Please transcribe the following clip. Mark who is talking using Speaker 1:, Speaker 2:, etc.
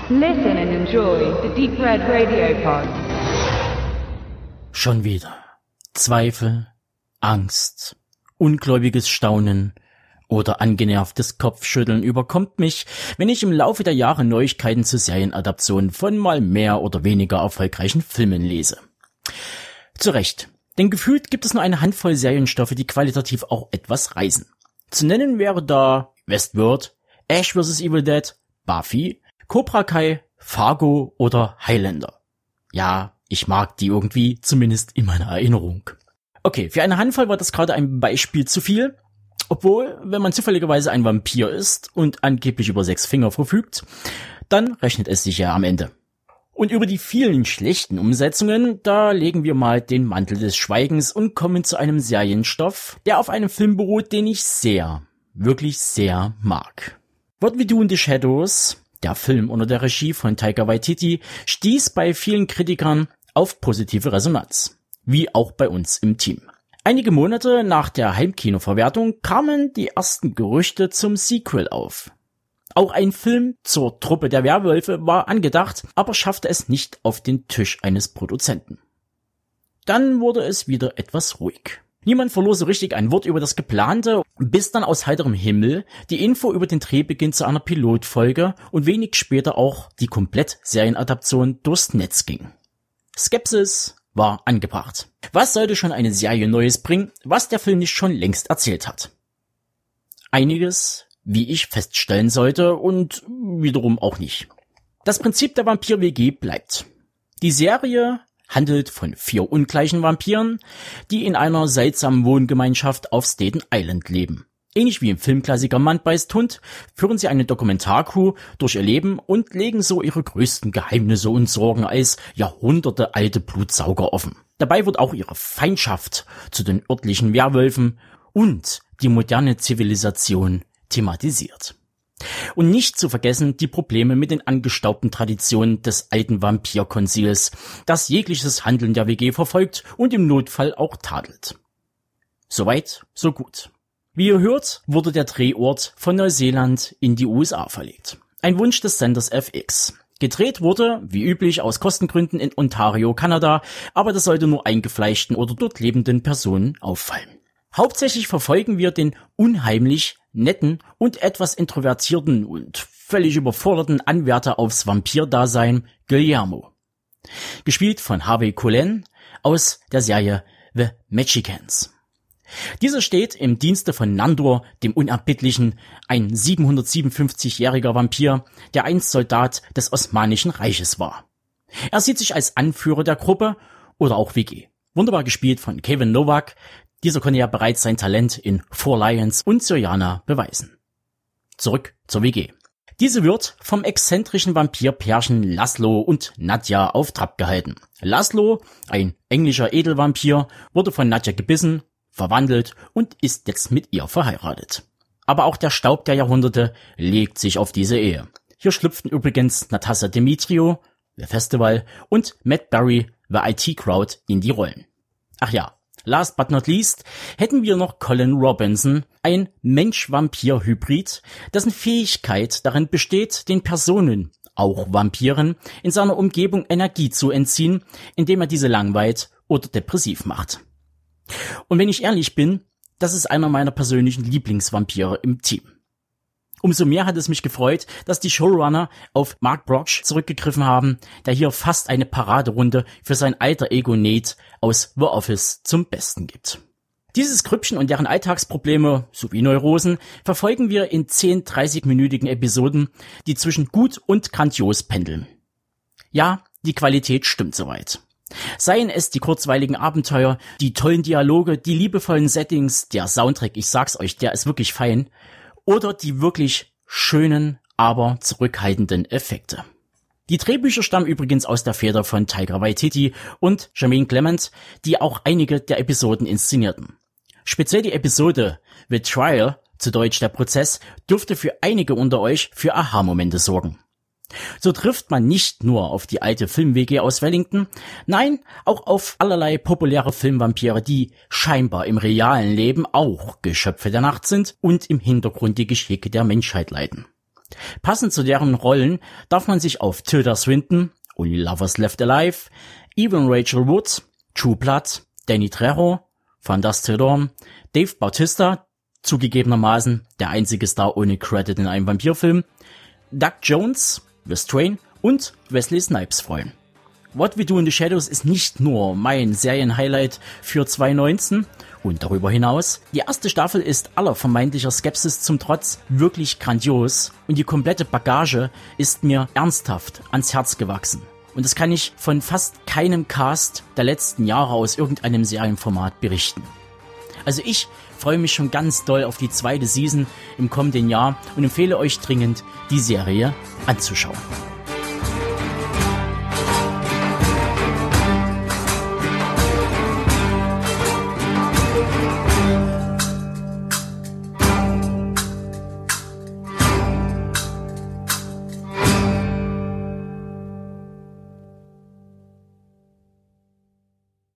Speaker 1: Listen and enjoy the Deep Red Radio Pod.
Speaker 2: Schon wieder. Zweifel, Angst, ungläubiges Staunen oder angenervtes Kopfschütteln überkommt mich, wenn ich im Laufe der Jahre Neuigkeiten zu Serienadaptionen von mal mehr oder weniger erfolgreichen Filmen lese. Zu Recht, denn gefühlt gibt es nur eine Handvoll Serienstoffe, die qualitativ auch etwas reißen. Zu nennen wäre da Westworld, Ash vs. Evil Dead, Buffy, Cobra Kai, Fargo oder Highlander. Ja, ich mag die irgendwie, zumindest in meiner Erinnerung. Okay, für eine Handvoll war das gerade ein Beispiel zu viel. Obwohl, wenn man zufälligerweise ein Vampir ist und angeblich über 6 Finger verfügt, dann rechnet es sich ja am Ende. Und über die vielen schlechten Umsetzungen, da legen wir mal den Mantel des Schweigens und kommen zu einem Serienstoff, der auf einem Film beruht, den ich sehr, wirklich sehr mag. What We Do in the Shadows, der Film unter der Regie von Taika Waititi, stieß bei vielen Kritikern auf positive Resonanz, wie auch bei uns im Team. Einige Monate nach der Heimkinoverwertung kamen die ersten Gerüchte zum Sequel auf. Auch ein Film zur Truppe der Werwölfe war angedacht, aber schaffte es nicht auf den Tisch eines Produzenten. Dann wurde es wieder etwas ruhig. Niemand verlor so richtig ein Wort über das Geplante, bis dann aus heiterem Himmel die Info über den Drehbeginn zu einer Pilotfolge und wenig später auch die Komplett-Serienadaption durchs Netz ging. Skepsis war angebracht. Was sollte schon eine Serie Neues bringen, was der Film nicht schon längst erzählt hat? Einiges, wie ich feststellen sollte, und wiederum auch nicht. Das Prinzip der Vampir-WG bleibt. Die Serie handelt von 4 ungleichen Vampiren, die in einer seltsamen Wohngemeinschaft auf Staten Island leben. Ähnlich wie im Filmklassiker Mann beißt Hund, führen sie eine Dokumentarcrew durch ihr Leben und legen so ihre größten Geheimnisse und Sorgen als jahrhundertealte Blutsauger offen. Dabei wird auch ihre Feindschaft zu den örtlichen Werwölfen und die moderne Zivilisation thematisiert. Und nicht zu vergessen die Probleme mit den angestaubten Traditionen des alten Vampirkonzils, das jegliches Handeln der WG verfolgt und im Notfall auch tadelt. Soweit, so gut. Wie ihr hört, wurde der Drehort von Neuseeland in die USA verlegt. Ein Wunsch des Senders FX. Gedreht wurde, wie üblich aus Kostengründen, in Ontario, Kanada, aber das sollte nur eingefleischten oder dort lebenden Personen auffallen. Hauptsächlich verfolgen wir den unheimlich netten und etwas introvertierten und völlig überforderten Anwärter aufs Vampir-Dasein Guillermo. Gespielt von Harvey Keitel aus der Serie The Mexicans. Dieser steht im Dienste von Nandor, dem Unerbittlichen, ein 757-jähriger Vampir, der einst Soldat des Osmanischen Reiches war. Er sieht sich als Anführer der Gruppe oder auch WG. Wunderbar gespielt von Kevin Novak. Dieser konnte ja bereits sein Talent in Four Lions und Syriana beweisen. Zurück zur WG. Diese wird vom exzentrischen Vampirpärchen Laszlo und Nadja auf Trab gehalten. Laszlo, ein englischer Edelvampir, wurde von Nadja gebissen, verwandelt und ist jetzt mit ihr verheiratet. Aber auch der Staub der Jahrhunderte legt sich auf diese Ehe. Hier schlüpften übrigens Natasha Demetriou, The Festival, und Matt Berry, The IT Crowd, in die Rollen. Ach ja, last but not least hätten wir noch Colin Robinson, ein Mensch-Vampir-Hybrid, dessen Fähigkeit darin besteht, den Personen, auch Vampiren, in seiner Umgebung Energie zu entziehen, indem er diese langweilt oder depressiv macht. Und wenn ich ehrlich bin, das ist einer meiner persönlichen Lieblingsvampire im Team. Umso mehr hat es mich gefreut, dass die Showrunner auf Mark Broch zurückgegriffen haben, der hier fast eine Paraderunde für sein alter Ego Nate aus The Office zum Besten gibt. Dieses Grüppchen und deren Alltagsprobleme sowie Neurosen verfolgen wir in 10 30-minütigen Episoden, die zwischen gut und grandios pendeln. Ja, die Qualität stimmt soweit. Seien es die kurzweiligen Abenteuer, die tollen Dialoge, die liebevollen Settings, der Soundtrack, ich sag's euch, der ist wirklich fein, oder die wirklich schönen, aber zurückhaltenden Effekte. Die Drehbücher stammen übrigens aus der Feder von Taika Waititi und Jermaine Clement, die auch einige der Episoden inszenierten. Speziell die Episode The Trial, zu Deutsch der Prozess, dürfte für einige unter euch für Aha-Momente sorgen. So trifft man nicht nur auf die alte Film-WG aus Wellington, nein, auch auf allerlei populäre Filmvampire, die scheinbar im realen Leben auch Geschöpfe der Nacht sind und im Hintergrund die Geschicke der Menschheit leiten. Passend zu deren Rollen darf man sich auf Tilda Swinton, Only Lovers Left Alive, Evan Rachel Wood, True Blood, Danny Trejo, Van Dust Till Dawn, Dave Bautista, zugegebenermaßen der einzige Star ohne Credit in einem Vampirfilm, Doug Jones, Wes Train und Wesley Snipes freuen. What We Do in the Shadows ist nicht nur mein Serienhighlight für 2019 und darüber hinaus, die erste Staffel ist aller vermeintlicher Skepsis zum Trotz wirklich grandios und die komplette Bagage ist mir ernsthaft ans Herz gewachsen. Und das kann ich von fast keinem Cast der letzten Jahre aus irgendeinem Serienformat berichten. Also ich freue mich schon ganz doll auf die zweite Season im kommenden Jahr und empfehle euch dringend, die Serie anzuschauen.